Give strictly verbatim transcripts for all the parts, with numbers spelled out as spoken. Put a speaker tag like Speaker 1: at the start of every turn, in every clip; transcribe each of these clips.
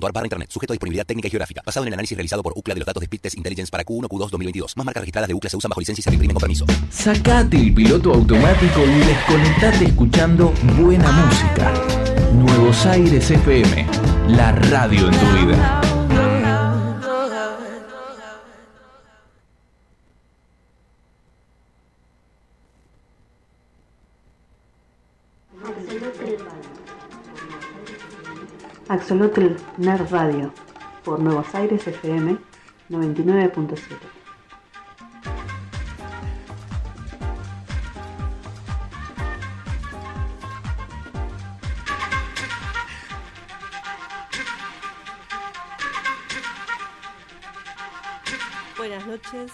Speaker 1: ar barra internet. Sujeto a disponibilidad técnica y geográfica. Basado en el análisis realizado por U C L A de los datos de Speed Test Intelligence para Q uno Q dos dos mil veintidós. Más marcas registradas de U C L A se usan bajo licencia y se reimprimen con permiso.
Speaker 2: Sacate el piloto automático y desconectate escuchando buena música. Nuevos Aires F M, la radio en tu vida.
Speaker 3: Axolotl Nerd Radio por Nuevos Aires F M noventa y nueve punto siete.
Speaker 4: Buenas noches.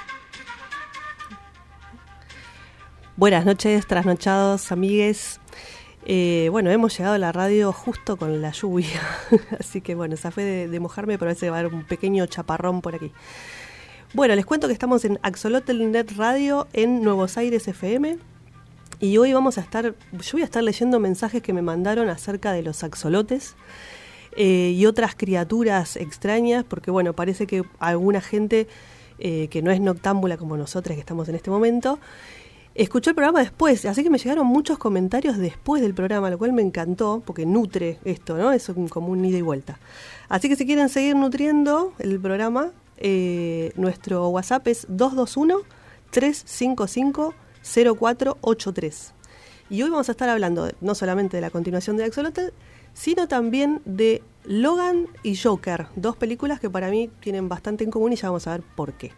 Speaker 4: Buenas noches, trasnochados, amigues. Eh, bueno, hemos llegado a la radio justo con la lluvia, así que bueno, esa fue de, de mojarme, pero a veces va a haber un pequeño chaparrón por aquí. Bueno, les cuento que estamos en Axolotl Net Radio en Nuevos Aires F M y hoy vamos a estar, yo voy a estar leyendo mensajes que me mandaron acerca de los axolotes eh, y otras criaturas extrañas, porque bueno, parece que alguna gente eh, que no es noctámbula como nosotros que estamos en este momento, escuchó el programa después, así que me llegaron muchos comentarios después del programa, lo cual me encantó, porque nutre esto, ¿no? Es un, como un ida y vuelta. Así que si quieren seguir nutriendo el programa, eh, nuestro WhatsApp es dos dos uno, tres cinco cinco, cero cuatro ocho tres. Y hoy vamos a estar hablando no solamente de la continuación de Axolotl, sino también de Logan y Joker, dos películas que para mí tienen bastante en común y ya vamos a ver por qué.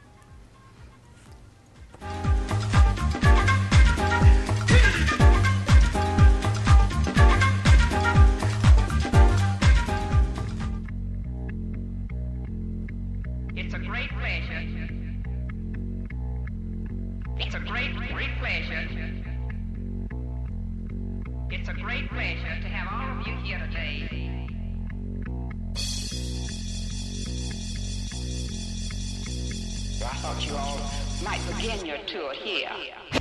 Speaker 5: It's a great pleasure. It's a great, great pleasure. It's a great pleasure to have all of you here today. I thought you all might begin your tour here.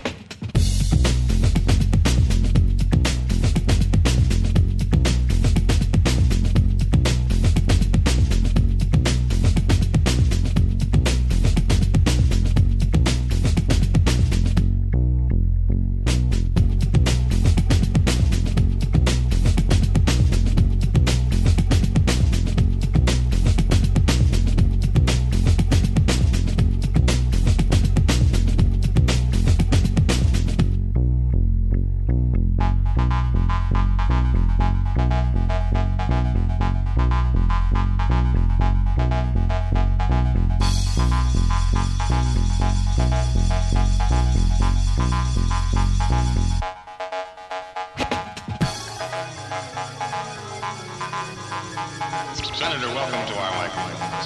Speaker 6: Senator, welcome to our microphone.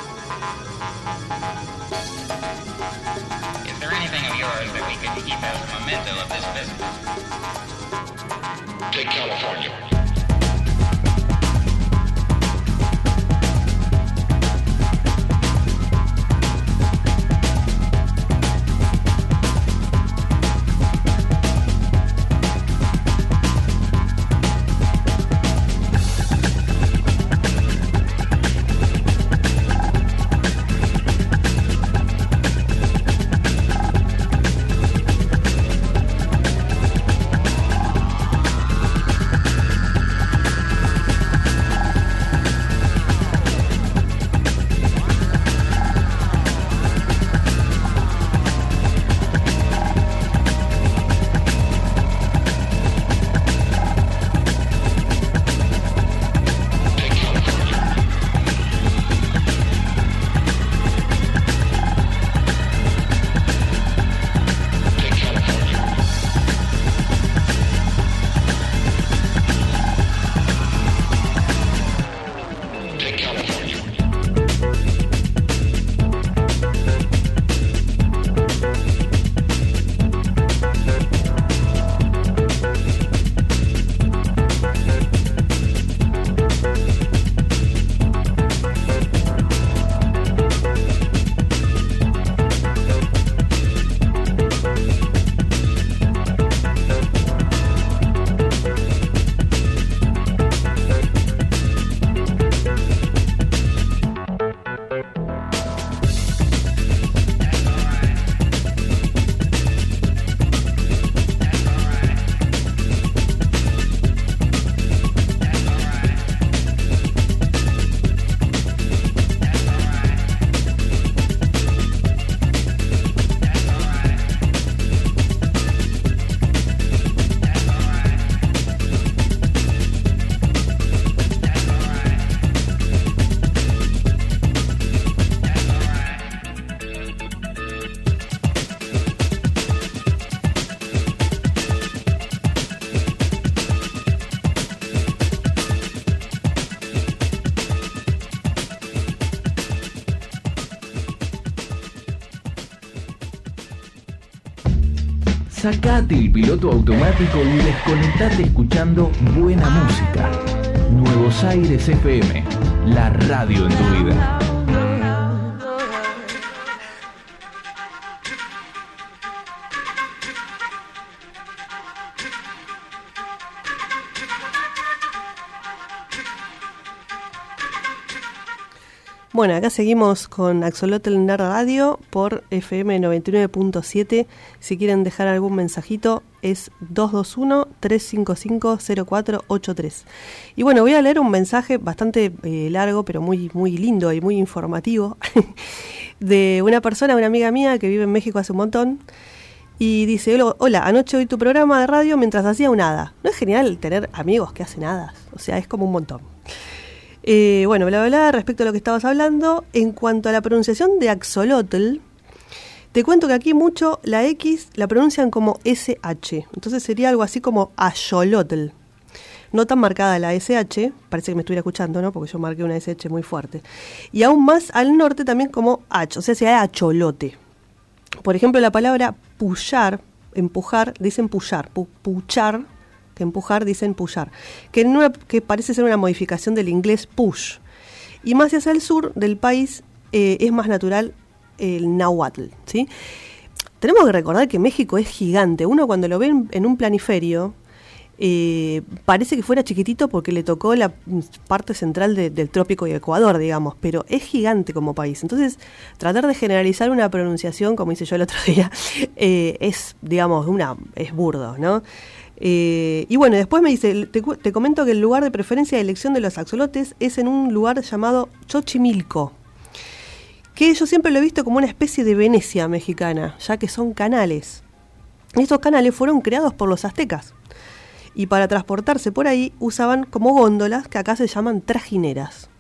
Speaker 5: Is there anything of yours that we could keep as a memento of this visit?
Speaker 6: Take California.
Speaker 2: Sacate el piloto automático y desconectate escuchando buena música. Nuevos Aires F M, la radio en tu vida.
Speaker 4: Bueno, acá seguimos con Axolotl Nerd Radio por F M noventa y nueve punto siete. Si quieren dejar algún mensajito es dos dos uno, tres cinco cinco, cero cuatro ocho tres. Y bueno, voy a leer un mensaje bastante eh, largo, pero muy, muy lindo y muy informativo de una persona, una amiga mía que vive en México hace un montón. Y dice, hola, anoche oí tu programa de radio mientras hacía un hada. ¿No es genial tener amigos que hacen hadas? O sea, es como un montón. Eh, bueno, bla, bla, bla, respecto a lo que estabas hablando, en cuanto a la pronunciación de axolotl, te cuento que aquí mucho la X la pronuncian como S H, entonces sería algo así como axolotl. No tan marcada la S H, parece que me estuviera escuchando, ¿no? Porque yo marqué una S H muy fuerte. Y aún más al norte también como H, o sea, sería acholote. Por ejemplo, la palabra pullar, empujar, dicen pullar, pu- puchar, que empujar dicen pullar, que, en una, que parece ser una modificación del inglés push. Y más hacia el sur del país eh, es más natural el náhuatl, ¿sí? Tenemos que recordar que México es gigante. Uno cuando lo ve en, en un planiferio eh, parece que fuera chiquitito porque le tocó la parte central de, del trópico y Ecuador, digamos, pero es gigante como país. Entonces, tratar de generalizar una pronunciación, como hice yo el otro día, eh, es, digamos, una es burdo, ¿no? Eh, y bueno, después me dice, te, te comento que el lugar de preferencia de elección de los axolotes es en un lugar llamado Xochimilco, que yo siempre lo he visto como una especie de Venecia mexicana, ya que son canales. Y estos canales fueron creados por los aztecas, y para transportarse por ahí usaban como góndolas, que acá se llaman trajineras.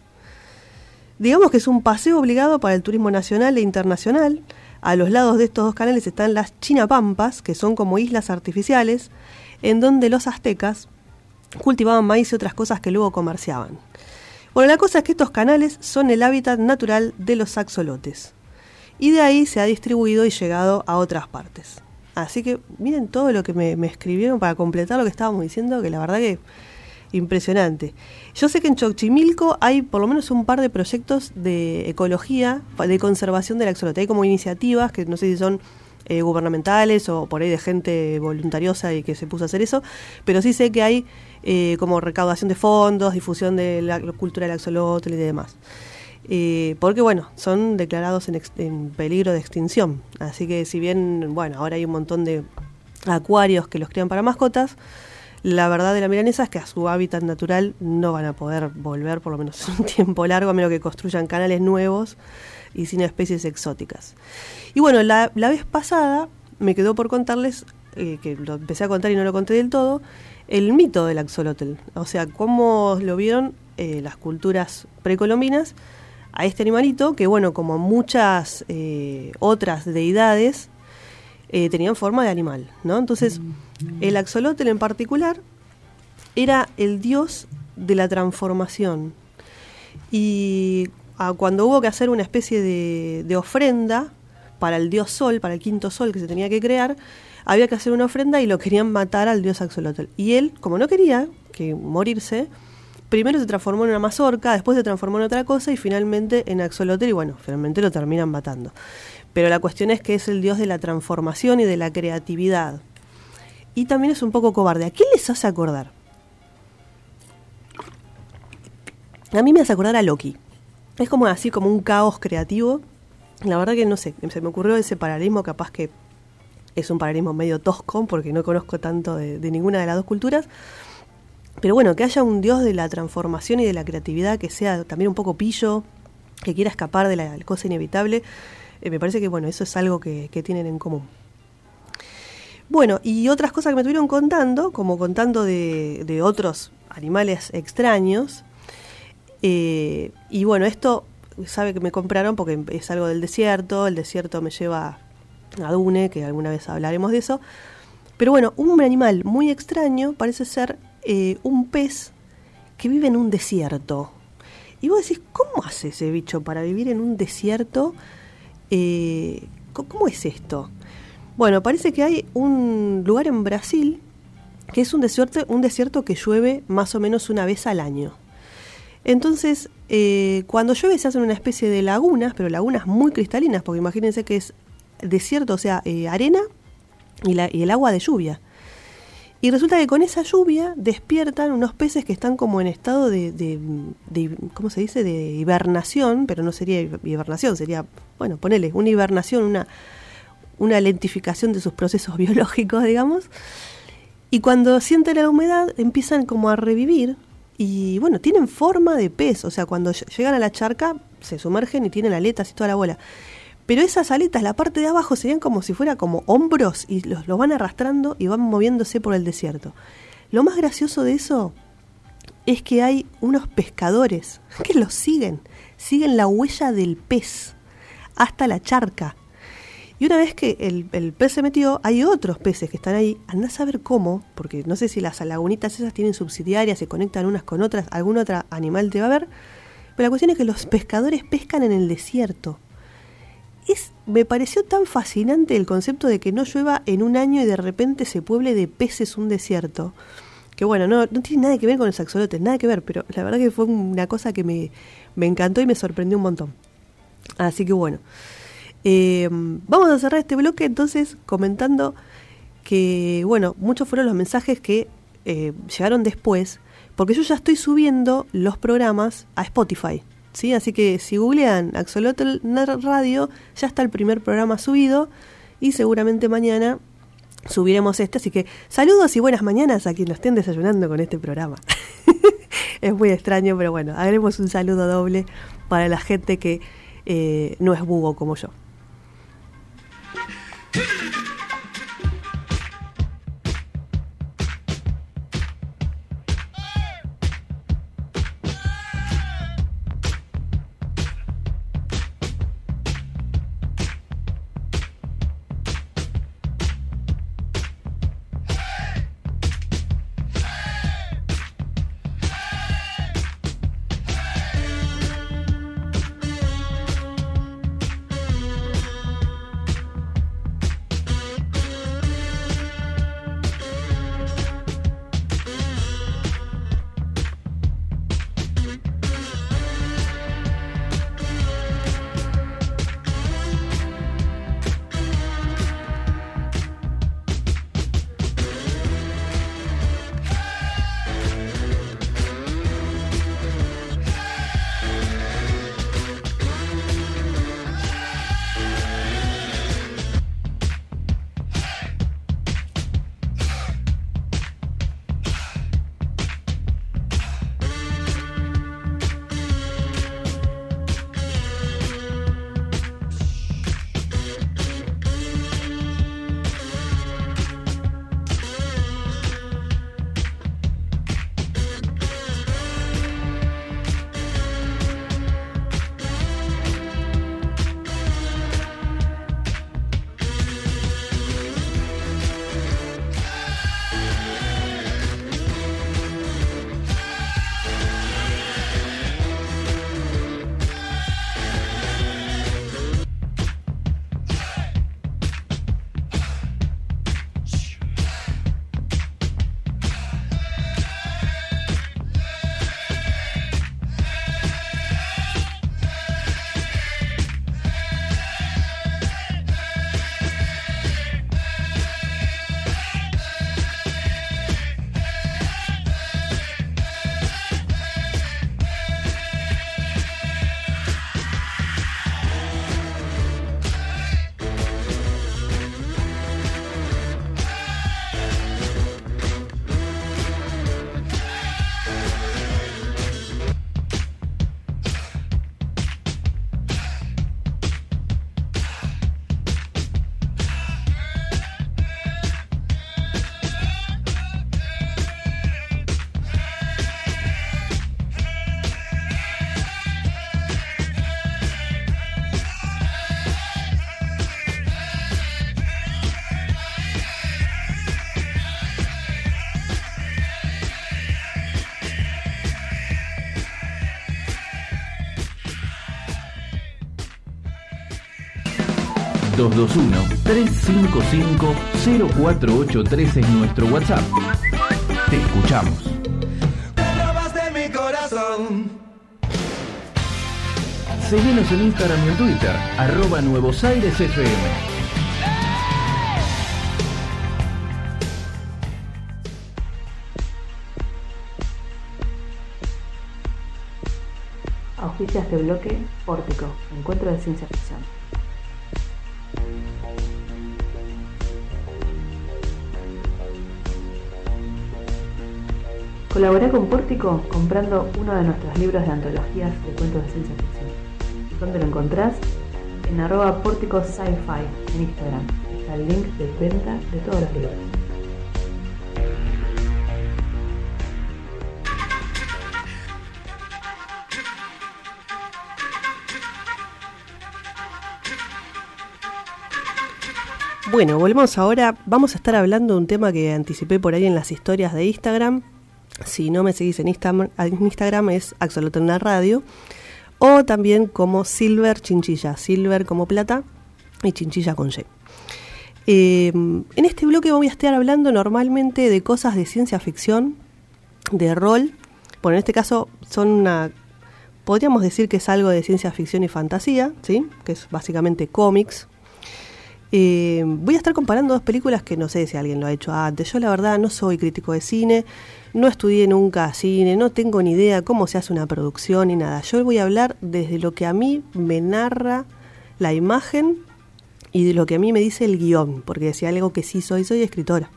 Speaker 4: Digamos que es un paseo obligado para el turismo nacional e internacional. A los lados de estos dos canales están las Chinapampas, que son como islas artificiales, en donde los aztecas cultivaban maíz y otras cosas que luego comerciaban. Bueno, la cosa es que estos canales son el hábitat natural de los axolotes, y de ahí se ha distribuido y llegado a otras partes. Así que miren todo lo que me, me escribieron para completar lo que estábamos diciendo, que la verdad que impresionante. Yo sé que en Xochimilco hay por lo menos un par de proyectos de ecología, de conservación del axolote. Hay como iniciativas que no sé si son Eh, gubernamentales o por ahí de gente voluntariosa y que se puso a hacer eso, pero sí sé que hay eh, como recaudación de fondos, difusión de la, la cultura del axolotl y demás. Eh, porque bueno, son declarados en, ex, en peligro de extinción, así que si bien, bueno, ahora hay un montón de acuarios que los crían para mascotas, la verdad de la milanesa es que a su hábitat natural no van a poder volver por lo menos un tiempo largo, a menos que construyan canales nuevos y sin especies exóticas. Y bueno, la, la vez pasada me quedó por contarles, eh, que lo empecé a contar y no lo conté del todo, el mito del axolotl. O sea, cómo lo vieron eh, las culturas precolombinas a este animalito, que bueno, como muchas eh, otras deidades, eh, tenían forma de animal, ¿no? Entonces, el axolotl en particular era el dios de la transformación. Y a, cuando hubo que hacer una especie de, de ofrenda para el dios sol, para el quinto sol que se tenía que crear, había que hacer una ofrenda y lo querían matar al dios axolotl. Y él, como no quería que morirse, primero se transformó en una mazorca, después se transformó en otra cosa y finalmente en axolotl, y bueno, finalmente lo terminan matando. Pero la cuestión es que es el dios de la transformación y de la creatividad. Y también es un poco cobarde. ¿A qué les hace acordar? A mí me hace acordar a Loki. Es como así, como un caos creativo. La verdad que no sé, se me ocurrió ese paralelismo, capaz que es un paralelismo medio tosco, porque no conozco tanto de, de ninguna de las dos culturas. Pero bueno, que haya un dios de la transformación y de la creatividad que sea también un poco pillo, que quiera escapar de la cosa inevitable, eh, me parece que bueno, eso es algo que, que tienen en común. Bueno, y otras cosas que me estuvieron contando, como contando de, de otros animales extraños. Eh, y bueno, esto sabe que me compraron porque es algo del desierto. El desierto me lleva a Dune, que alguna vez hablaremos de eso. Pero bueno, un animal muy extraño parece ser eh, un pez que vive en un desierto. Y vos decís, ¿cómo hace ese bicho para vivir en un desierto? Eh, ¿Cómo es esto? Bueno, parece que hay un lugar en Brasil que es un desierto, un desierto que llueve más o menos una vez al año. Entonces, eh, cuando llueve se hacen una especie de lagunas, pero lagunas muy cristalinas, porque imagínense que es desierto, o sea, eh, arena y, la, y el agua de lluvia. Y resulta que con esa lluvia despiertan unos peces que están como en estado de, de, de ¿cómo se dice?, de hibernación, pero no sería hibernación, sería, bueno, ponele, una hibernación, una, una lentificación de sus procesos biológicos, digamos. Y cuando sienten la humedad empiezan como a revivir y, bueno, tienen forma de pez, o sea, cuando llegan a la charca se sumergen y tienen aletas y toda la bola. Pero esas aletas, la parte de abajo, serían como si fuera como hombros y los, los van arrastrando y van moviéndose por el desierto. Lo más gracioso de eso es que hay unos pescadores que los siguen, siguen la huella del pez hasta la charca. Y una vez que el, el pez se metió, hay otros peces que están ahí, andá a saber cómo, porque no sé si las lagunitas esas tienen subsidiarias, se conectan unas con otras, algún otro animal te va a ver, pero la cuestión es que los pescadores pescan en el desierto. Es, me pareció tan fascinante el concepto de que no llueva en un año y de repente se pueble de peces un desierto, que bueno, no, no tiene nada que ver con los axolotes, nada que ver, pero la verdad que fue una cosa que me, me encantó y me sorprendió un montón. Así que bueno, eh, vamos a cerrar este bloque entonces comentando que, bueno, muchos fueron los mensajes que eh, llegaron después, porque yo ya estoy subiendo los programas a Spotify, ¿sí? Así que si googlean Axolotl Nerd Radio, ya está el primer programa subido y seguramente mañana subiremos este. Así que saludos y buenas mañanas a quienes estén desayunando con este programa. Es muy extraño, pero bueno, haremos un saludo doble para la gente que eh, no es bugo como yo.
Speaker 2: dos dos uno, tres cinco cinco, cero cuatro ocho tres es nuestro WhatsApp. Te escuchamos. Seguinos en Instagram y en Twitter, arroba Nuevos Aires F M.
Speaker 3: Auspicia este bloque Pórtico, encuentro de ciencia ficción. Colabora con Pórtico comprando uno de nuestros libros de antologías de cuentos de ciencia ficción. ¿Dónde lo encontrás? En arroba Pórtico Sci-Fi en Instagram. Está el link de venta de todos los libros.
Speaker 4: Bueno, volvemos ahora. Vamos a estar hablando de un tema que anticipé por ahí en las historias de Instagram. Si no me seguís en Instagram, en Instagram es Axolotl Radio. O también como Silver Chinchilla. Silver como plata y Chinchilla con Y. Eh, en este bloque voy a estar hablando normalmente de cosas de ciencia ficción, de rol. Bueno, en este caso son una... Podríamos decir que es algo de ciencia ficción y fantasía, ¿sí? Que es básicamente cómics. Eh, voy a estar comparando dos películas que no sé si alguien lo ha hecho antes. Yo la verdad no soy crítico de cine, no estudié nunca cine, no tengo ni idea cómo se hace una producción ni nada. Yo voy a hablar desde lo que a mí me narra la imagen y de lo que a mí me dice el guión, porque si algo que sí soy, soy escritora.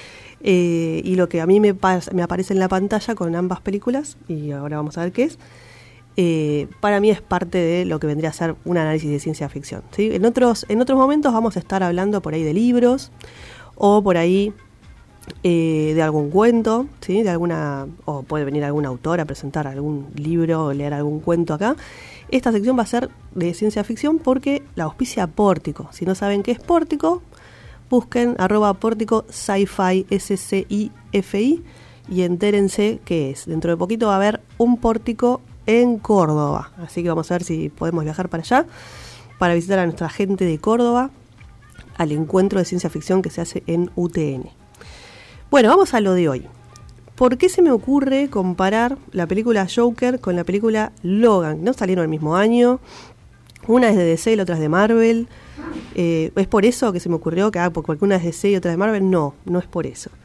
Speaker 4: Eh, y lo que a mí me, me aparece en la pantalla con ambas películas, y ahora vamos a ver qué es, Eh, para mí es parte de lo que vendría a ser un análisis de ciencia ficción, ¿sí? En otros, en otros momentos vamos a estar hablando por ahí de libros o por ahí eh, de algún cuento, ¿sí? De alguna, o puede venir algún autor a presentar algún libro o leer algún cuento acá. Esta sección va a ser de ciencia ficción porque la auspicia Pórtico. Si no saben qué es Pórtico, busquen arroba Pórtico Sci-Fi, S C I F I, y entérense qué es. Dentro de poquito va a haber un Pórtico en Córdoba, así que vamos a ver si podemos viajar para allá para visitar a nuestra gente de Córdoba al encuentro de ciencia ficción que se hace en U T N. Bueno, vamos a lo de hoy. ¿Por qué se me ocurre comparar la película Joker con la película Logan? No salieron el mismo año, una es de D C y la otra es de Marvel. Eh, ¿es por eso que se me ocurrió que ah, porque una es de D C y otra es de Marvel? No, no es por eso.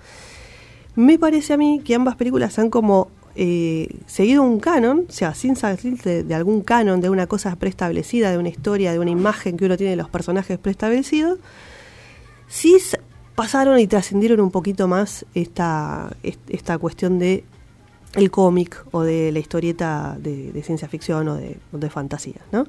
Speaker 4: Me parece a mí que ambas películas han como Eh, seguido un canon, o sea, sin salir de, de algún canon, de una cosa preestablecida, de una historia, de una imagen que uno tiene de los personajes preestablecidos, sí pasaron y trascendieron un poquito más esta, esta cuestión de el cómic o de la historieta de, de ciencia ficción o de, de fantasía, ¿no?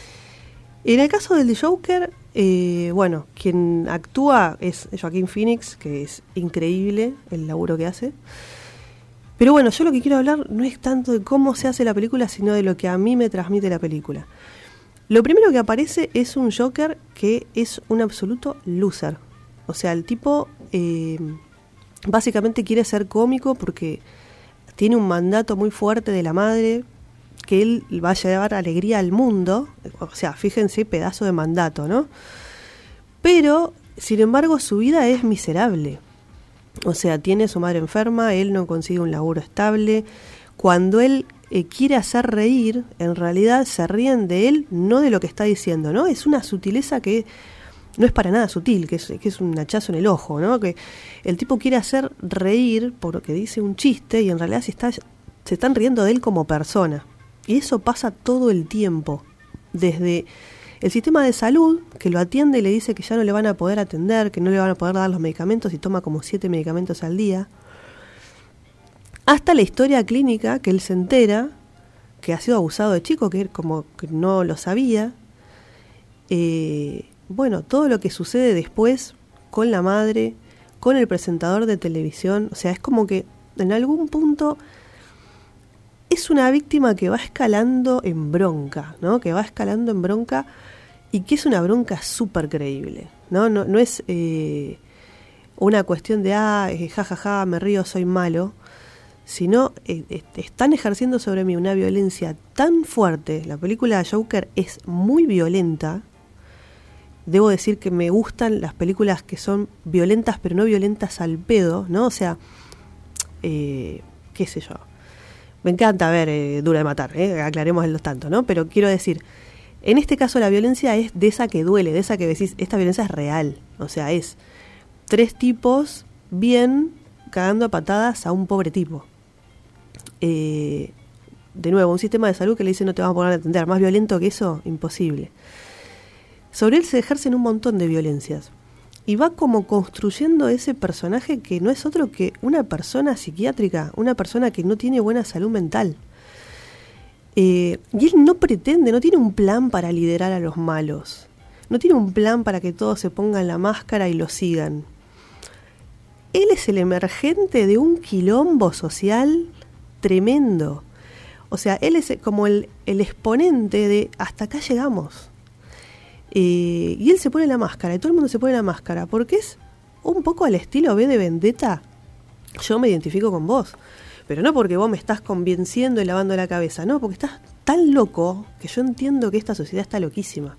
Speaker 4: En el caso del Joker, eh, bueno, quien actúa es Joaquín Phoenix, que es increíble el laburo que hace. Pero bueno, yo lo que quiero hablar no es tanto de cómo se hace la película, sino de lo que a mí me transmite la película. Lo primero que aparece es un Joker que es un absoluto loser. O sea, el tipo eh, básicamente quiere ser cómico porque tiene un mandato muy fuerte de la madre que él va a llevar alegría al mundo. O sea, fíjense, pedazo de mandato, ¿no? Pero, sin embargo, su vida es miserable. O sea, tiene a su madre enferma, él no consigue un laburo estable. Cuando él eh, quiere hacer reír, en realidad se ríen de él, no de lo que está diciendo, ¿no? Es una sutileza que no es para nada sutil, que es, que es un hachazo en el ojo, ¿no? Que el tipo quiere hacer reír porque dice un chiste y en realidad se, está, se están riendo de él como persona. Y eso pasa todo el tiempo, desde el sistema de salud, que lo atiende y le dice que ya no le van a poder atender, que no le van a poder dar los medicamentos y toma como siete medicamentos al día, hasta la historia clínica que él se entera que ha sido abusado de chico, que él como que no lo sabía. Eh, bueno, todo lo que sucede después con la madre, con el presentador de televisión, o sea, es como que en algún punto es una víctima que va escalando en bronca, ¿no? Que va escalando en bronca y que es una bronca súper creíble, ¿no? No, no es eh, una cuestión de, ah, eh, jajaja, ja, ja, me río, soy malo, sino eh, eh, están ejerciendo sobre mí una violencia tan fuerte. La película Joker es muy violenta debo decir que me gustan las películas que son violentas, pero no violentas al pedo, ¿no? O sea, eh, qué sé yo. Me encanta ver eh, Duro de Matar, ¿eh? Aclaremos los tanto, ¿no? Pero quiero decir, en este caso la violencia es de esa que duele, de esa que decís, esta violencia es real. O sea, es tres tipos bien cagando a patadas a un pobre tipo. Eh, de nuevo, un sistema de salud que le dice no te vamos a poner a atender. Más violento que eso, imposible. Sobre él se ejercen un montón de violencias. Y va como construyendo ese personaje que no es otro que una persona psiquiátrica, una persona que no tiene buena salud mental. Eh, y él no pretende, no tiene un plan para liderar a los malos. No tiene un plan para que todos se pongan la máscara y lo sigan. Él es el emergente de un quilombo social tremendo. O sea, él es como el, el exponente de hasta acá llegamos. Eh, y él se pone la máscara, y todo el mundo se pone la máscara, porque es un poco al estilo V de Vendetta. Yo me identifico con vos, pero no porque vos me estás convenciendo y lavando la cabeza, no, porque estás tan loco que yo entiendo que esta sociedad está loquísima.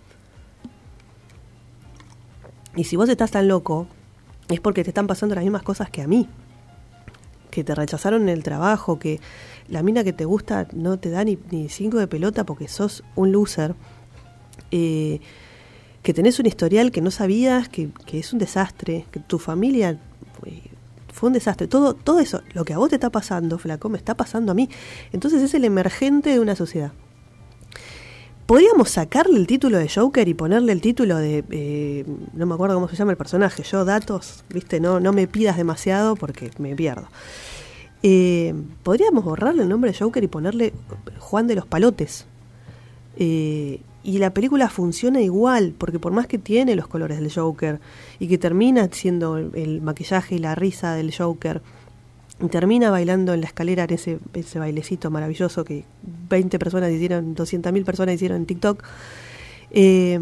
Speaker 4: Y si vos estás tan loco, es porque te están pasando las mismas cosas que a mí. Que te rechazaron en el trabajo, que la mina que te gusta no te da ni, ni cinco de pelota porque sos un loser. Eh, que tenés un historial que no sabías, que, que es un desastre, que tu familia fue, fue un desastre. Todo, todo eso, lo que a vos te está pasando, flaco, me está pasando a mí. Entonces es el emergente de una sociedad. Podríamos sacarle el título de Joker y ponerle el título de, eh, no me acuerdo cómo se llama el personaje, yo datos, viste, no, no me pidas demasiado porque me pierdo. Eh, podríamos borrarle el nombre de Joker y ponerle Juan de los Palotes. Eh, y la película funciona igual, porque por más que tiene los colores del Joker y que termina siendo el, el maquillaje y la risa del Joker, y termina bailando en la escalera en ese, ese bailecito maravilloso que veinte personas hicieron, doscientas mil personas hicieron en TikTok, eh,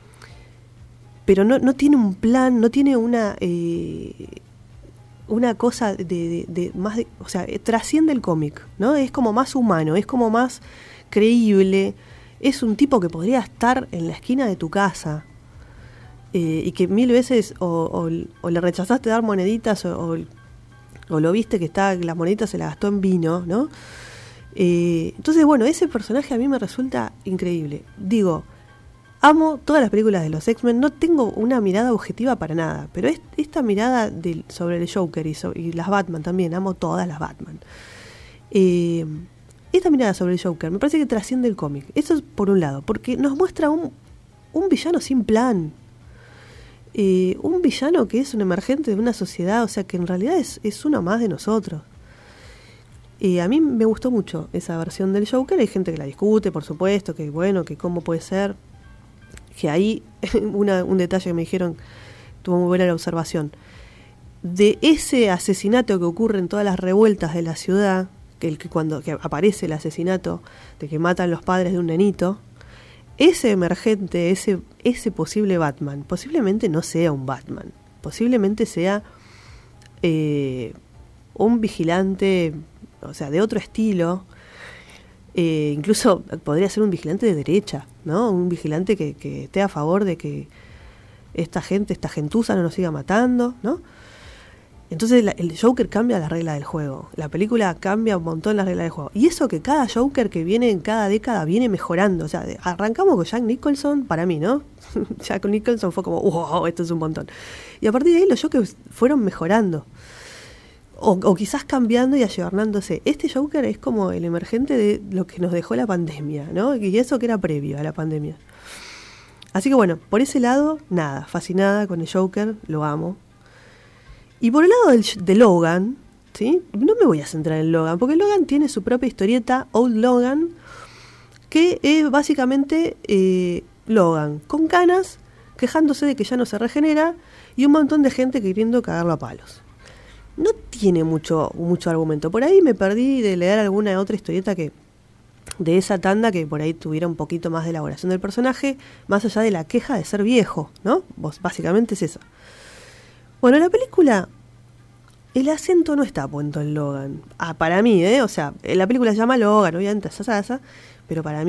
Speaker 4: pero no, no tiene un plan, no tiene una eh, una cosa de, de, de más de, o sea, eh, trasciende el cómic, ¿no? Es como más humano, es como más creíble. Es un tipo que podría estar en la esquina de tu casa eh, y que mil veces o, o, o le rechazaste dar moneditas o, o, o lo viste que está las moneditas se las gastó en vino, ¿no? Eh, entonces, bueno, ese personaje a mí me resulta increíble. Digo, amo todas las películas de los X-Men, no tengo una mirada objetiva para nada, pero es, esta mirada de, sobre el Joker y, sobre, y las Batman también, amo todas las Batman. Eh... Esta mirada sobre el Joker me parece que trasciende el cómic. Eso es por un lado, porque nos muestra un, un villano sin plan. Eh, un villano que es un emergente de una sociedad, o sea que en realidad es, es uno más de nosotros. Eh, a mí me gustó mucho esa versión del Joker. Hay gente que la discute, por supuesto, que bueno, que cómo puede ser. Que ahí, una, un detalle que me dijeron, tuvo muy buena la observación. De ese asesinato que ocurre en todas las revueltas de la ciudad, que el que cuando que aparece el asesinato de que matan los padres de un nenito, ese emergente, ese ese posible Batman, posiblemente no sea un Batman, posiblemente sea eh, un vigilante, o sea, de otro estilo, eh, incluso podría ser un vigilante de derecha, ¿no? Un vigilante que, que esté a favor de que esta gente, esta gentuza no nos siga matando, ¿no? Entonces la, el Joker cambia la regla del juego. La película cambia un montón la regla del juego. Y eso que cada Joker que viene en cada década viene mejorando. O sea, de, arrancamos con Jack Nicholson, para mí, ¿no? Jack Nicholson fue como, wow, esto es un montón. Y a partir de ahí los Jokers fueron mejorando. O, o quizás cambiando y ayornándose. Este Joker es como el emergente de lo que nos dejó la pandemia, ¿no? Y eso que era previo a la pandemia. Así que bueno, por ese lado, nada, fascinada con el Joker, lo amo. Y por el lado del, de Logan, ¿sí? No me voy a centrar en Logan, porque Logan tiene su propia historieta, Old Logan, que es básicamente eh, Logan, con canas, quejándose de que ya no se regenera, y un montón de gente queriendo cagarlo a palos. No tiene mucho, mucho argumento. Por ahí me perdí de leer alguna otra historieta que de esa tanda que por ahí tuviera un poquito más de elaboración del personaje, más allá de la queja de ser viejo, ¿no? Vos, básicamente es eso. Bueno, la película, el acento no está puesto en Logan. Ah, para mí, ¿eh? O sea, la película se llama Logan, obviamente, esa, esa, pero para mí,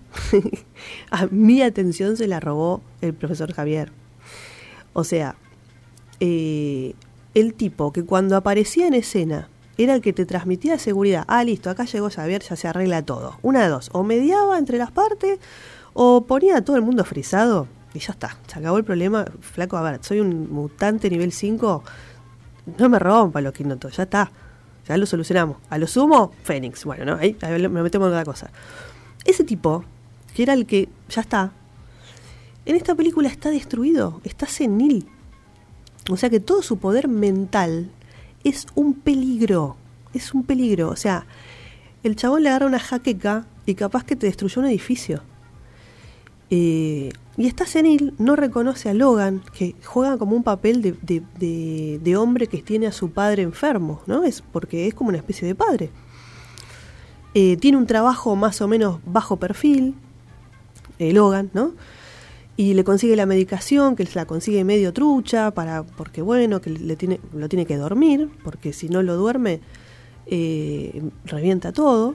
Speaker 4: a mi atención se la robó el profesor Javier. O sea, eh, el tipo que cuando aparecía en escena era el que te transmitía seguridad. Ah, listo, acá llegó Xavier, ya se arregla todo. Una de dos, o mediaba entre las partes, o ponía a todo el mundo frisado, y ya está, se acabó el problema. Flaco, a ver, soy un mutante nivel cinco, no me rompa los quinotos, ya está, ya lo solucionamos. A lo sumo, Fénix, bueno, ¿no? Ahí, ahí me metemos en otra cosa. Ese tipo, que era el que, ya está, en esta película está destruido, está senil. O sea que todo su poder mental es un peligro, es un peligro. O sea, el chabón le agarra una jaqueca y capaz que te destruyó un edificio. Eh, y está senil, no reconoce a Logan, que juega como un papel de, de, de, de hombre que tiene a su padre enfermo, ¿no? Es porque es como una especie de padre. Eh, tiene un trabajo más o menos bajo perfil, eh, Logan, ¿no? Y le consigue la medicación, que la consigue medio trucha, para porque bueno, que le tiene, lo tiene que dormir, porque si no lo duerme, eh, revienta todo.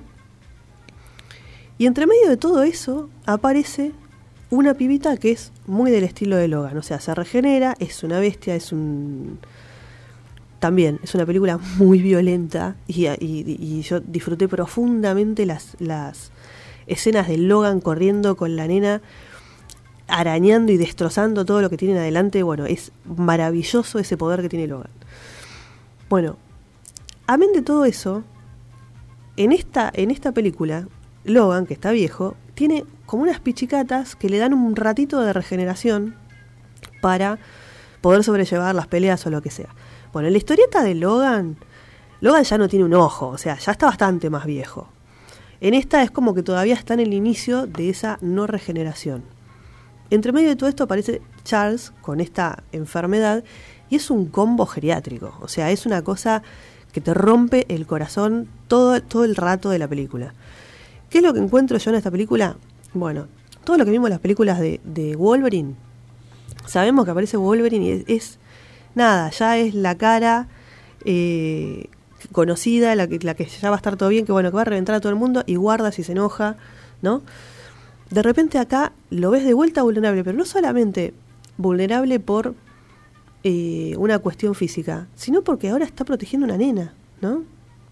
Speaker 4: Y entre medio de todo eso, aparece una pibita que es muy del estilo de Logan. O sea, se regenera, es una bestia, es un... También, es una película muy violenta, y, y, y yo disfruté profundamente las, las escenas de Logan corriendo con la nena, arañando y destrozando todo lo que tienen adelante. Bueno, es maravilloso ese poder que tiene Logan. Bueno, amén de todo eso, en esta, en esta película, Logan, que está viejo, tiene como unas pichicatas que le dan un ratito de regeneración para poder sobrellevar las peleas o lo que sea. Bueno, en la historieta de Logan, Logan ya no tiene un ojo, o sea, ya está bastante más viejo. En esta es como que todavía está en el inicio de esa no regeneración. Entre medio de todo esto aparece Charles con esta enfermedad y es un combo geriátrico. O sea, es una cosa que te rompe el corazón todo, todo el rato de la película. ¿Qué es lo que encuentro yo en esta película? Bueno, todo lo que vimos en las películas de, de Wolverine, sabemos que aparece Wolverine y es, es nada, ya es la cara eh, conocida, la que, la que ya va a estar todo bien, que bueno, que va a reventar a todo el mundo y guarda si se enoja, ¿no? De repente acá lo ves de vuelta vulnerable, pero no solamente vulnerable por eh, una cuestión física, sino porque ahora está protegiendo a una nena, ¿no?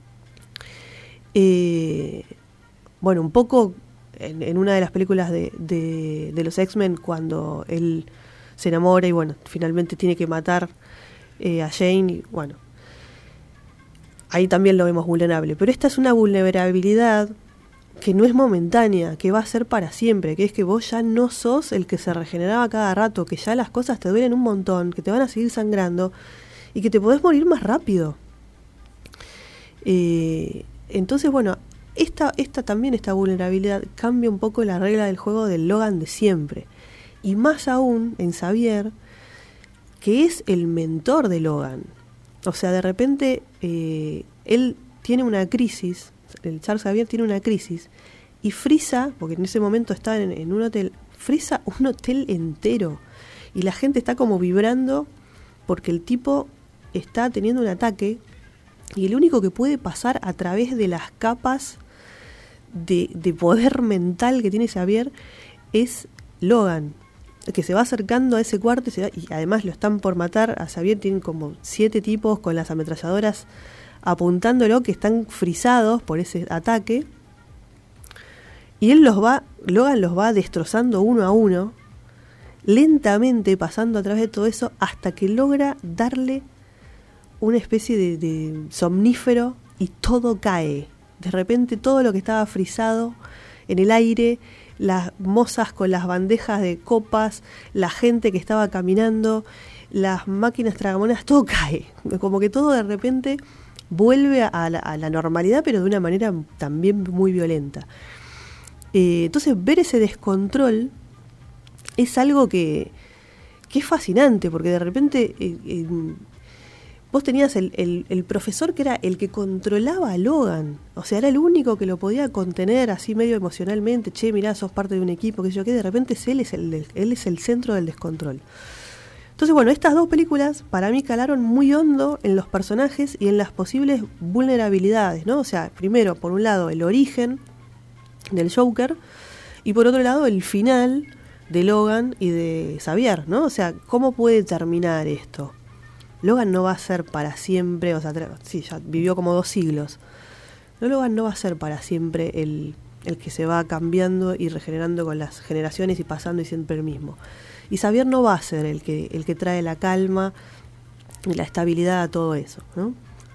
Speaker 4: Eh, bueno, un poco en, en una de las películas de, de, de los X-Men, cuando él se enamora y bueno, finalmente tiene que matar eh, a Jane, y bueno, ahí también lo vemos vulnerable, pero esta es una vulnerabilidad que no es momentánea, que va a ser para siempre, que es que vos ya no sos el que se regeneraba cada rato, que ya las cosas te duelen un montón, que te van a seguir sangrando y que te podés morir más rápido. Eh, entonces, bueno, esta, esta también, esta vulnerabilidad cambia un poco la regla del juego del Logan de siempre. Y más aún en Xavier, que es el mentor de Logan. O sea, de repente eh, él tiene una crisis, el Charles Xavier tiene una crisis y frisa, porque en ese momento está en, en un hotel, frisa un hotel entero y la gente está como vibrando porque el tipo está teniendo un ataque y el único que puede pasar a través de las capas de, de poder mental que tiene Xavier es Logan, que se va acercando a ese cuarto y, se va, y además lo están por matar a Xavier. Tienen como siete tipos con las ametralladoras apuntándolo, que están frisados por ese ataque, y él los va, Logan los va destrozando uno a uno, lentamente pasando a través de todo eso hasta que logra darle una especie de, de somnífero y todo cae. De repente todo lo que estaba frisado en el aire, las mozas con las bandejas de copas, la gente que estaba caminando, las máquinas tragamonedas, todo cae. Como que todo de repente vuelve a la, a la normalidad, pero de una manera también muy violenta. Eh, entonces ver ese descontrol es algo que, que es fascinante, porque de repente eh, eh, vos tenías el, el, el profesor que era el que controlaba a Logan, o sea, era el único que lo podía contener así medio emocionalmente. Che, mirá, sos parte de un equipo, que yo que de repente es él, es el, él es el centro del descontrol. Entonces, bueno, estas dos películas para mí calaron muy hondo en los personajes y en las posibles vulnerabilidades, ¿no? O sea, primero, por un lado, el origen del Joker, Y por otro lado, el final de Logan y de Xavier, ¿no? O sea, ¿cómo puede terminar esto? Logan no va a ser para siempre, o sea, sí, ya vivió como dos siglos. No, Logan no va a ser para siempre el, el que se va cambiando y regenerando con las generaciones y pasando y siempre el mismo. Y Xavier no va a ser el que, el que trae la calma y la estabilidad a todo eso, ¿no?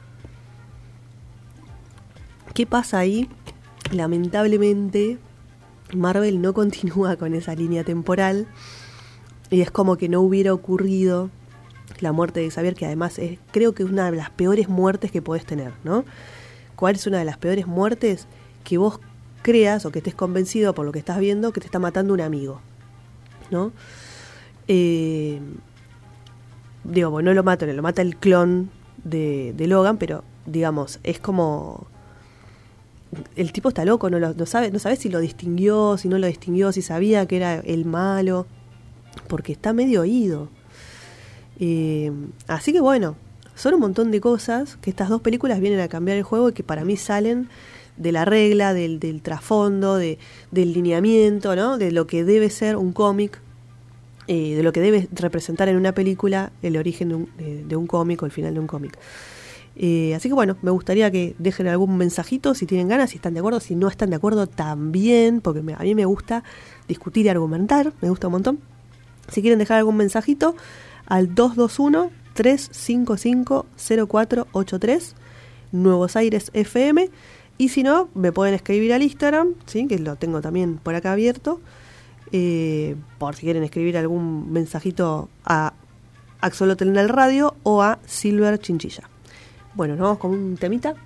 Speaker 4: ¿Qué pasa ahí? Lamentablemente, Marvel no continúa con esa línea temporal y es como que no hubiera ocurrido la muerte de Xavier, que además es, creo que es una de las peores muertes que podés tener, ¿no? ¿Cuál es una de las peores muertes? Que vos creas o que estés convencido por lo que estás viendo que te está matando un amigo, ¿no? Eh, digo, bueno, no lo mata, lo mata el clon de, de Logan, pero digamos, es como... El tipo está loco, no, lo, no sabe no sabe si lo distinguió, si no lo distinguió, si sabía que era el malo, porque está medio oído. Eh, así que bueno, son un montón de cosas que estas dos películas vienen a cambiar el juego y que para mí salen de la regla, del, del trasfondo, de, del lineamiento, ¿no? De lo que debe ser un cómic, eh, de lo que debe representar en una película el origen de un, de, de un cómic o el final de un cómic. Eh, así que bueno, me gustaría que dejen algún mensajito si tienen ganas, si están de acuerdo, si no están de acuerdo también, porque me, a mí me gusta discutir y argumentar, me gusta un montón. Si quieren dejar algún mensajito, al dos dos uno, tres cinco cinco, cero cuatro ocho tres, Nuevos Aires F M, y si no, me pueden escribir al Instagram, ¿sí? Que lo tengo también por acá abierto, eh, por si quieren escribir algún mensajito a Axolotl en el radio o a Silver Chinchilla. Bueno, nos vamos con un temita.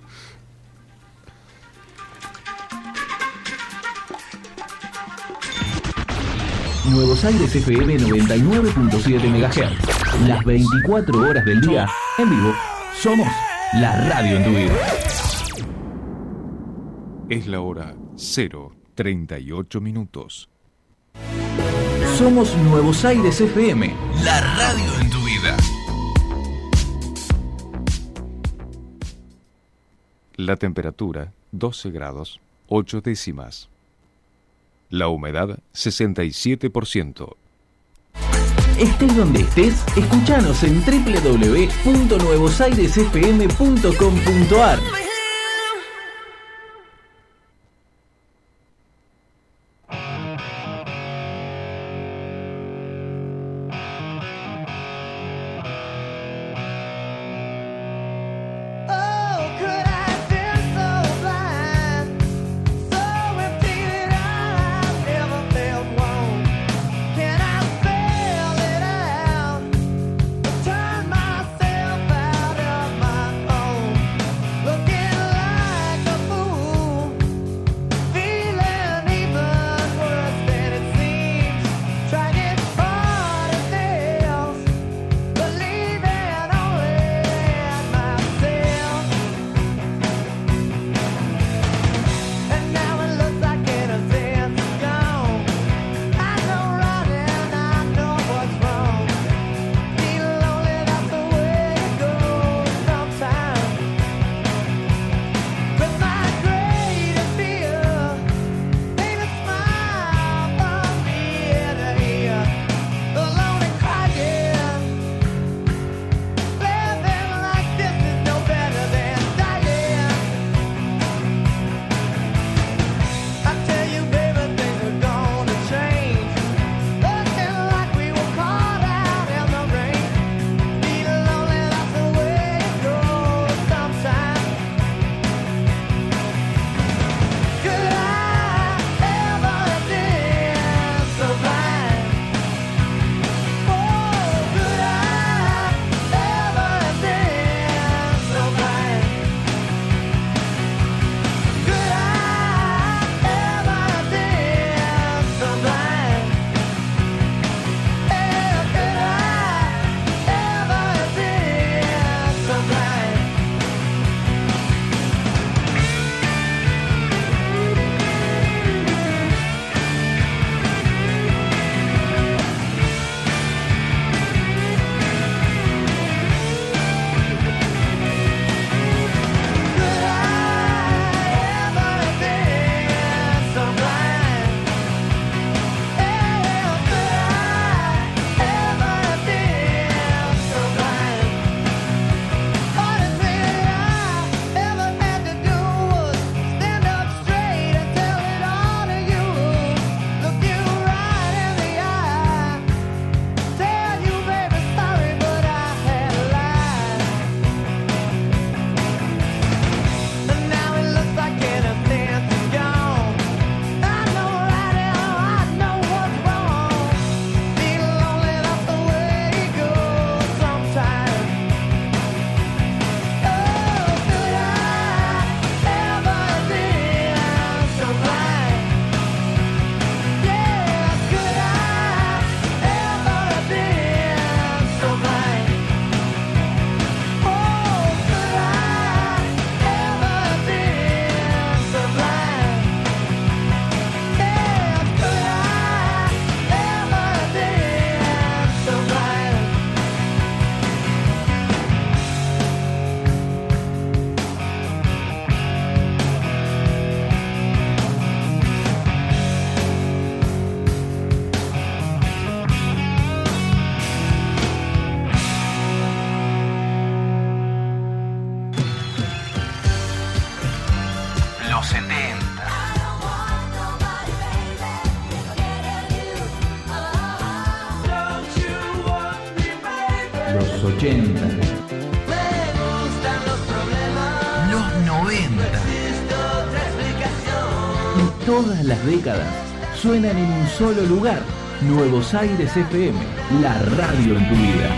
Speaker 2: Nuevos Aires F M noventa y nueve punto siete megahertz. Las veinticuatro horas del día, en vivo, somos la radio en tu vida.
Speaker 7: Es la hora cero treinta y ocho minutos.
Speaker 2: Somos Nuevos Aires F M, la radio en tu vida.
Speaker 7: La temperatura, doce grados, ocho décimas. La humedad, sesenta y siete por ciento.
Speaker 2: Estés donde estés, escuchanos en doble u doble u doble u punto nuevos aires f m punto com punto a r.
Speaker 8: Looking
Speaker 2: los ochenta, los noventa. Y todas las décadas suenan en un solo lugar. Nuevos Aires F M, la radio en tu vida.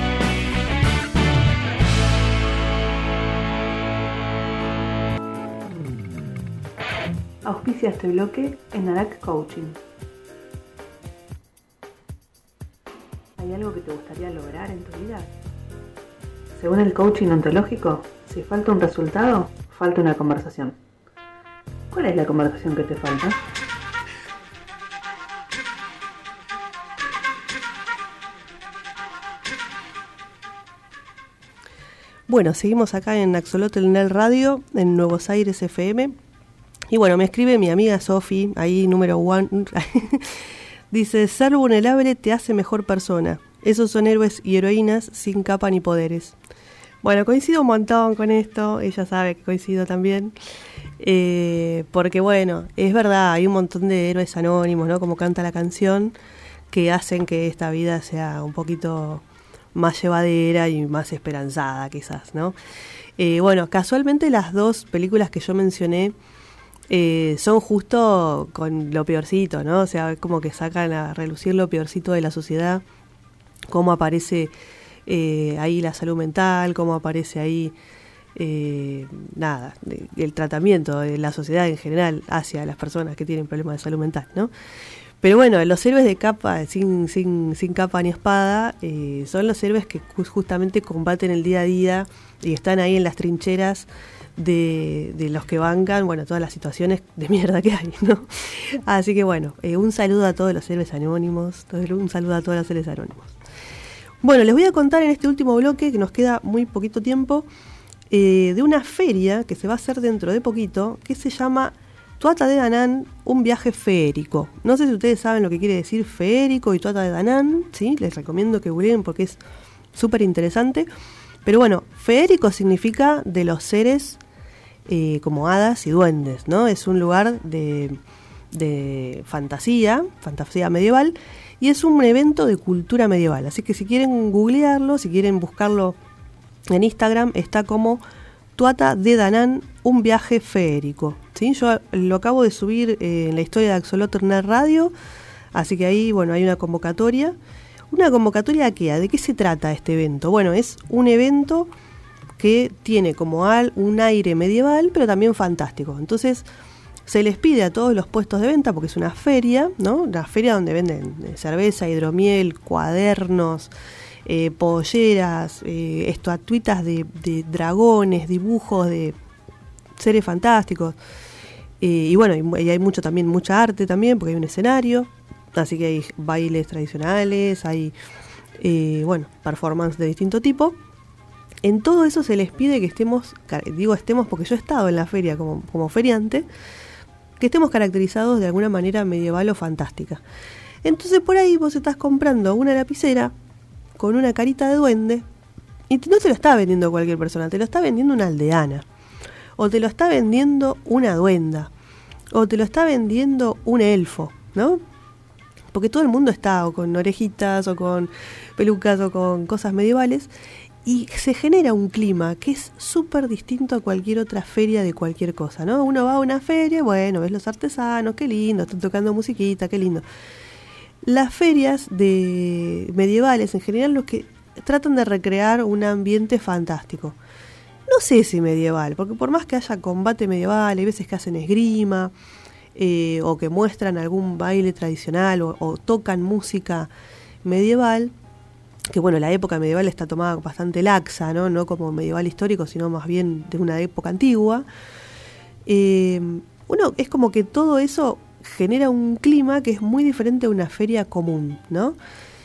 Speaker 3: Auspicia este bloque en Narak Coaching. ¿Hay algo que te gustaría lograr en tu vida? Según el coaching ontológico, si falta un resultado, falta una conversación. ¿Cuál es la conversación que te falta?
Speaker 4: Bueno, seguimos acá en Axolotl en el radio, en Nuevos Aires F M. Y bueno, me escribe mi amiga Sofi, ahí número one. Dice, ser vulnerable te hace mejor persona. Esos son héroes y heroínas sin capa ni poderes. Bueno, coincido un montón con esto. Ella sabe que coincido también. Eh, porque bueno, es verdad, hay un montón de héroes anónimos, ¿no? Como canta la canción, que hacen que esta vida sea un poquito más llevadera y más esperanzada quizás, ¿no? Eh, bueno, casualmente las dos películas que yo mencioné eh, son justo con lo peorcito, ¿no? O sea, como que sacan a relucir lo peorcito de la sociedad, cómo aparece eh, ahí la salud mental, cómo aparece ahí eh, nada, el tratamiento de la sociedad en general hacia las personas que tienen problemas de salud mental, ¿no? Pero bueno, los héroes de capa, sin, sin, sin capa ni espada, eh, son los héroes que justamente combaten el día a día y están ahí en las trincheras de, de los que bancan, bueno, todas las situaciones de mierda que hay, ¿no? Así que bueno, eh, un saludo a todos los héroes anónimos, un saludo a todos los héroes anónimos. Bueno, les voy a contar en este último bloque, que nos queda muy poquito tiempo, eh, de una feria que se va a hacer dentro de poquito, que se llama Tuata de Danán, un viaje feérico. No sé si ustedes saben lo que quiere decir feérico y Tuata de Danán, ¿sí? Les recomiendo que googleen porque es súper interesante. Pero bueno, feérico significa de los seres eh, como hadas y duendes, ¿no? Es un lugar de, de fantasía, fantasía medieval, y es un evento de cultura medieval. Así que si quieren googlearlo, si quieren buscarlo en Instagram, está como Tuata de Danán, un viaje feérico, ¿sí? Yo lo acabo de subir eh, en la historia de Axolotl Net Radio, así que ahí, bueno, hay una convocatoria. ¿Una convocatoria a qué? ¿De qué se trata este evento? Bueno, es un evento que tiene como al, un aire medieval, pero también fantástico. Entonces, se les pide a todos los puestos de venta, porque es una feria, ¿no? Una feria donde venden cerveza, hidromiel, cuadernos, Eh, polleras, eh, estatuitas de, de dragones, dibujos de seres fantásticos, eh, y bueno, y, y hay mucho también, mucha arte también, porque hay un escenario, así que hay bailes tradicionales, hay eh, bueno, performance de distinto tipo. En todo eso se les pide que estemos, digo estemos porque yo he estado en la feria como, como feriante, que estemos caracterizados de alguna manera medieval o fantástica. Entonces por ahí vos estás comprando una lapicera con una carita de duende, y no te lo está vendiendo cualquier persona, te lo está vendiendo una aldeana, o te lo está vendiendo una duenda, o te lo está vendiendo un elfo, ¿no? Porque todo el mundo está o con orejitas, o con pelucas, o con cosas medievales, y se genera un clima que es súper distinto a cualquier otra feria de cualquier cosa, ¿no? Uno va a una feria, bueno, ves los artesanos, qué lindo, están tocando musiquita, qué lindo. Las ferias de medievales en general los que tratan de recrear un ambiente fantástico. No sé si medieval, porque por más que haya combate medieval, hay veces que hacen esgrima, eh, o que muestran algún baile tradicional, o, o tocan música medieval, que bueno, la época medieval está tomada bastante laxa, ¿no? No como medieval histórico, sino más bien de una época antigua. Eh, uno, es como que todo eso genera un clima que es muy diferente a una feria común, ¿no?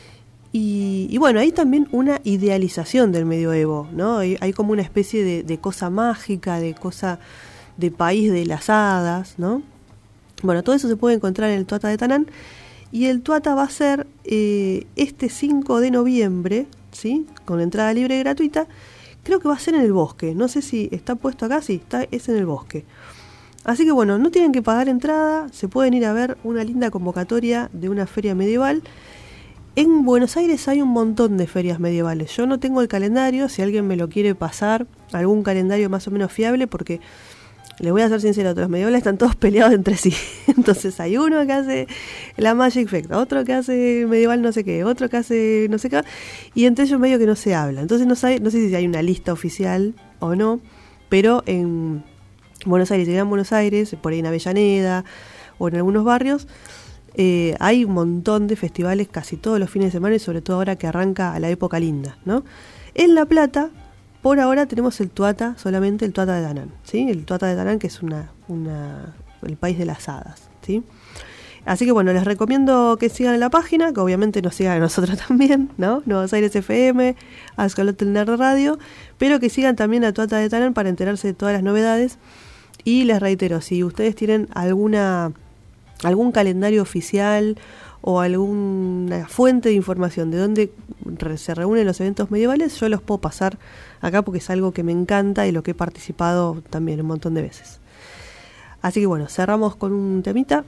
Speaker 4: Y, y bueno, hay también una idealización del medioevo, ¿no? Hay, hay como una especie de, de cosa mágica, de cosa de país de las hadas, ¿no? Bueno, todo eso se puede encontrar en el Tuata de Danán, y el Tuata va a ser eh, este cinco de noviembre, ¿sí? Con entrada libre y gratuita. Creo que va a ser en el bosque, no sé si está puesto acá, sí, está, es en el bosque. Así que bueno, no tienen que pagar entrada, se pueden ir a ver una linda convocatoria de una feria medieval. En Buenos Aires hay un montón de ferias medievales. Yo no tengo el calendario, si alguien me lo quiere pasar, algún calendario más o menos fiable, porque les voy a ser sincero, los medievales están todos peleados entre sí. Entonces hay uno que hace la Magic Fest, otro que hace medieval no sé qué, otro que hace no sé qué, y entre ellos medio que no se habla. Entonces no, sabe, no sé si hay una lista oficial o no, pero en Buenos Aires, si en Buenos Aires, por ahí en Avellaneda o en algunos barrios, eh, hay un montón de festivales casi todos los fines de semana y sobre todo ahora que arranca la época linda, ¿no? En La Plata, por ahora tenemos el Tuata, solamente el Tuata de Danán, ¿sí? El Tuata de Danán, que es una, una el país de las hadas, ¿sí? Así que bueno, les recomiendo que sigan en la página, que obviamente nos sigan a nosotros también, ¿no? Nuevos Aires F M, Axolotl Nerd Radio, pero que sigan también a Tuata de Danán para enterarse de todas las novedades. Y les reitero, si ustedes tienen alguna algún calendario oficial o alguna fuente de información de dónde se reúnen los eventos medievales, yo los puedo pasar acá porque es algo que me encanta y lo que he participado también un montón de veces. Así que bueno, cerramos con un temita.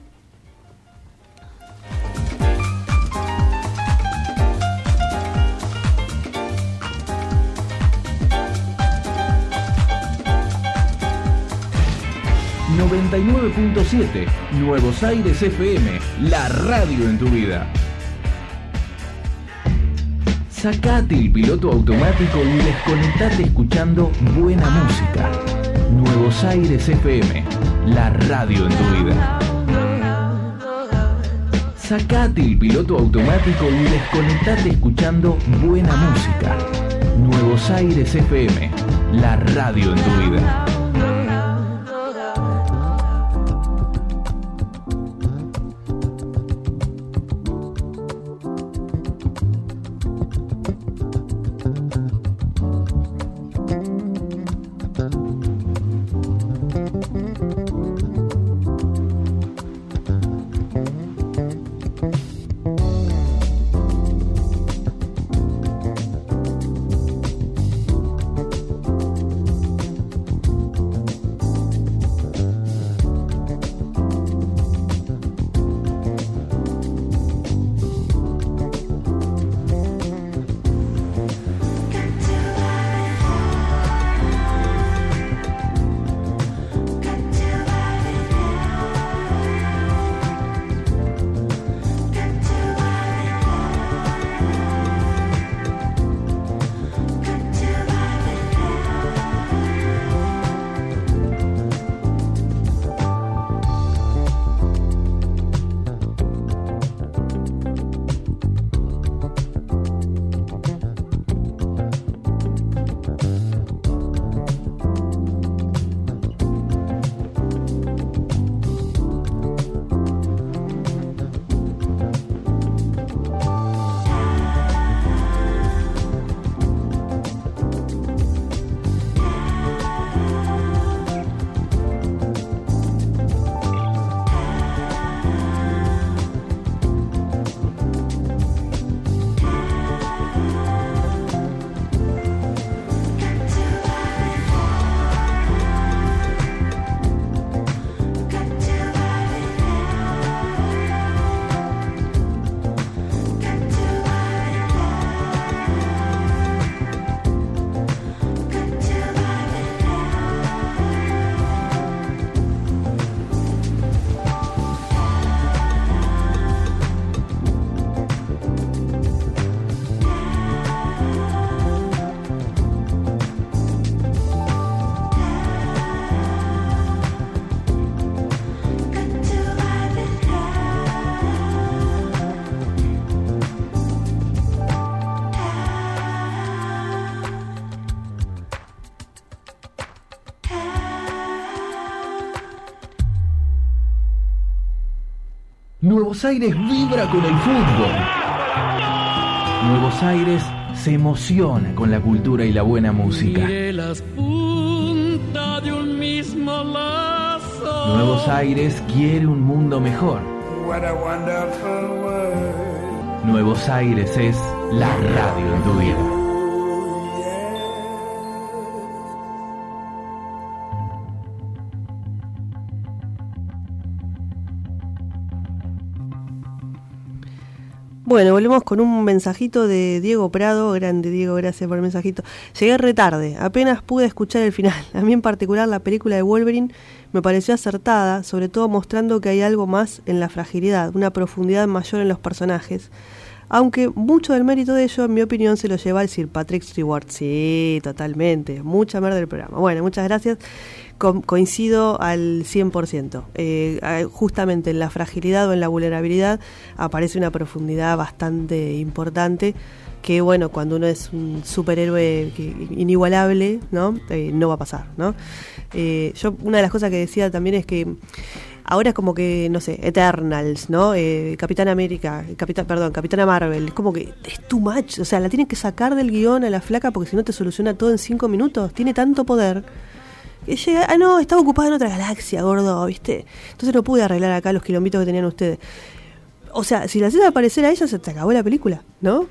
Speaker 2: noventa y nueve punto siete Nuevos Aires F M, la radio en tu vida. Sacate el piloto automático y desconectate escuchando buena música. Nuevos Aires F M, la radio en tu vida. Sacate el piloto automático y desconectate escuchando buena música. Nuevos Aires F M, la radio en tu vida. Nuevos Aires vibra con el fútbol. Nuevos Aires se emociona con la cultura y la buena música.
Speaker 8: Mire las puntas de un mismo lazo.
Speaker 2: Nuevos Aires quiere un mundo mejor.
Speaker 8: What a wonderful world.
Speaker 2: Nuevos Aires es la radio en tu vida.
Speaker 4: Bueno, volvemos con un mensajito de Diego Prado. Grande, Diego, gracias por el mensajito. Llegué re tarde, apenas pude escuchar el final. A mí en particular la película de Wolverine me pareció acertada, sobre todo mostrando que hay algo más en la fragilidad, una profundidad mayor en los personajes. Aunque mucho del mérito de ello, en mi opinión, se lo lleva el Sir Patrick Stewart. Sí, totalmente. Mucha merda del programa. Bueno, muchas gracias. Co- coincido al cien por ciento. Eh, justamente en la fragilidad o en la vulnerabilidad aparece una profundidad bastante importante que, bueno, cuando uno es un superhéroe inigualable, ¿no? Eh, no va a pasar, ¿no? Eh, yo, una de las cosas que decía también es que ahora es como que, no sé, Eternals, ¿no? Eh, Capitán América, Capitán, perdón, Capitana Marvel, es como que es too much, o sea, la tienen que sacar del guión a la flaca porque si no te soluciona todo en cinco minutos, tiene tanto poder que llega, ah no, estaba ocupada en otra galaxia, gordo, ¿viste? Entonces no pude arreglar acá los quilombitos que tenían ustedes. O sea, si la haces aparecer a ella, se te acabó la película, ¿no?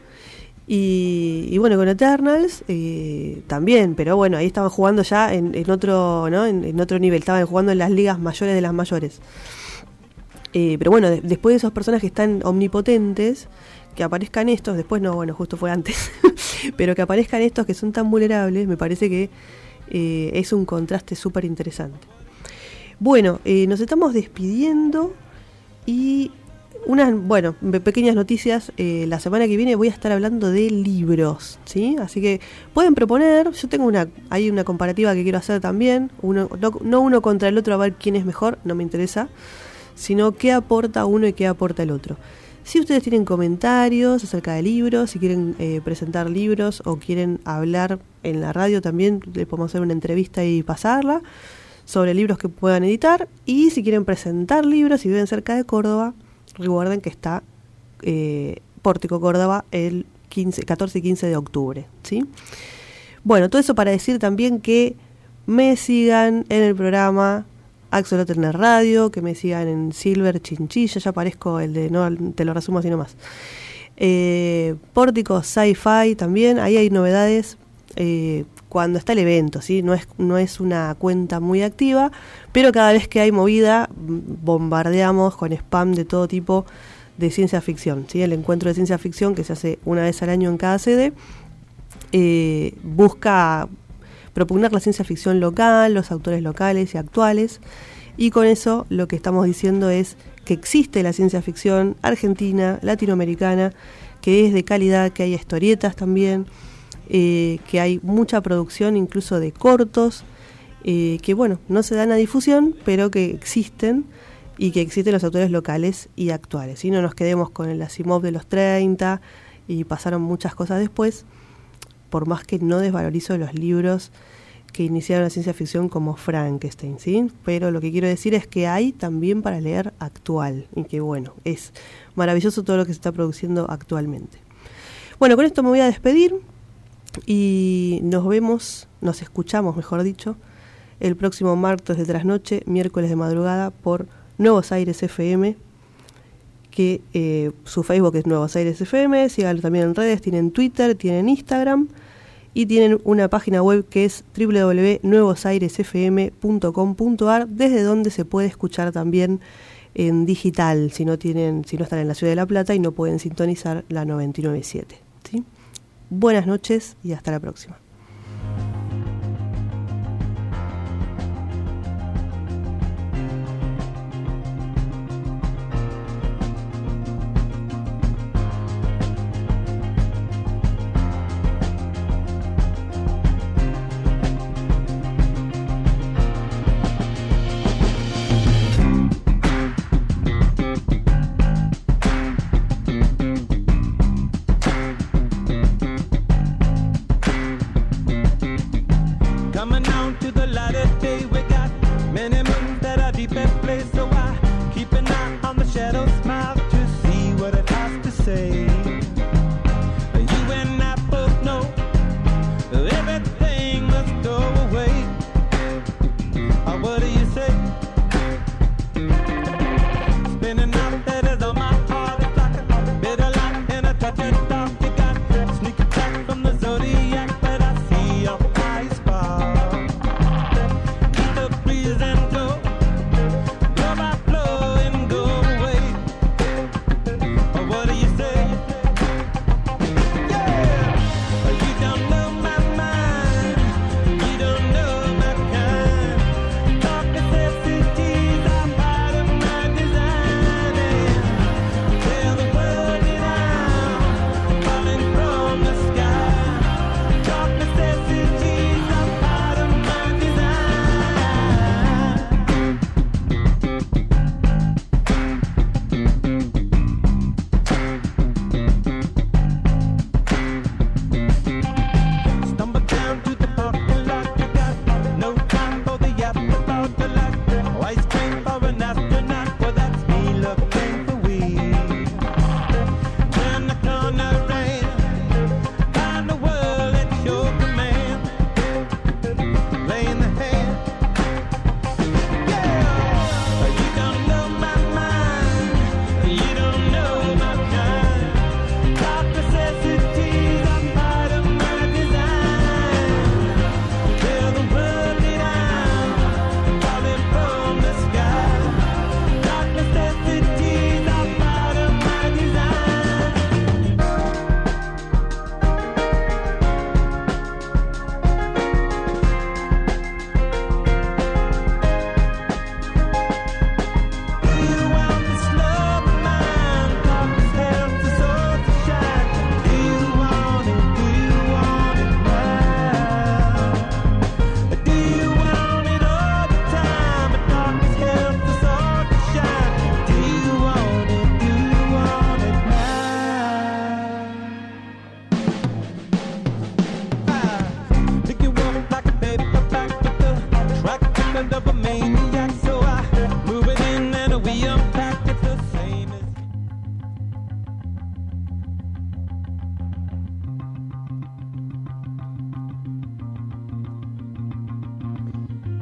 Speaker 4: Y, y bueno, con Eternals eh, también, pero bueno, ahí estaban jugando ya en, en otro, ¿no? En, en otro nivel, estaban jugando en las ligas mayores de las mayores. Eh, pero bueno, de, después de esos personajes tan omnipotentes, que aparezcan estos, después no, bueno, justo fue antes, pero que aparezcan estos que son tan vulnerables, me parece que eh, es un contraste súper interesante. Bueno, eh, nos estamos despidiendo y unas, bueno, pequeñas noticias. Eh, la semana que viene voy a estar hablando de libros, ¿sí? Así que pueden proponer. Yo tengo una, hay una comparativa que quiero hacer también. Uno, no, no uno contra el otro a ver quién es mejor, no me interesa, sino qué aporta uno y qué aporta el otro. Si ustedes tienen comentarios acerca de libros, si quieren eh, presentar libros o quieren hablar en la radio también, les podemos hacer una entrevista y pasarla sobre libros que puedan editar. Y si quieren presentar libros y viven cerca de Córdoba, recuerden que está eh, Pórtico Córdoba el quince, catorce y quince de octubre, ¿sí? Bueno, todo eso para decir también que me sigan en el programa Axolotl en la radio, que me sigan en Silver Chinchilla, ya aparezco el de, no te lo resumo así nomás. Eh, Pórtico Sci-Fi también, ahí hay novedades eh, cuando está el evento, ¿sí? No es, no es una cuenta muy activa, pero cada vez que hay movida bombardeamos con spam de todo tipo de ciencia ficción, ¿sí? El encuentro de ciencia ficción que se hace una vez al año en cada sede eh, busca propugnar la ciencia ficción local, los autores locales y actuales, y con eso lo que estamos diciendo es que existe la ciencia ficción argentina, latinoamericana, que es de calidad, que hay historietas también, eh, que hay mucha producción incluso de cortos, eh, que bueno, no se dan a difusión, pero que existen y que existen los autores locales y actuales. Y no nos quedemos con el Asimov de los treinta y pasaron muchas cosas después, por más que no desvalorizo los libros que iniciaron la ciencia ficción como Frankenstein, ¿sí? Pero lo que quiero decir es que hay también para leer actual, y que bueno, es maravilloso todo lo que se está produciendo actualmente. Bueno, con esto me voy a despedir y nos vemos, nos escuchamos, mejor dicho, el próximo martes de trasnoche, miércoles de madrugada por Nuevos Aires F M, que eh, su Facebook es Nuevos Aires F M, síganlo también en redes, tienen Twitter, tienen Instagram y tienen una página web que es doble u doble u doble u punto nuevos aires f m punto com punto a r, desde donde se puede escuchar también en digital si no tienen, si no están en la ciudad de La Plata y no pueden sintonizar la noventa y nueve punto siete, ¿sí? Buenas noches y hasta la próxima.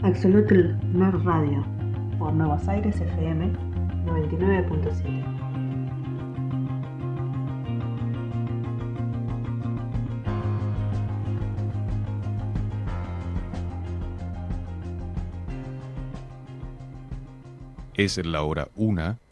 Speaker 3: Axolotl Nerd Radio por Nuevos Aires F M noventa y nueve punto siete.
Speaker 7: Es la hora una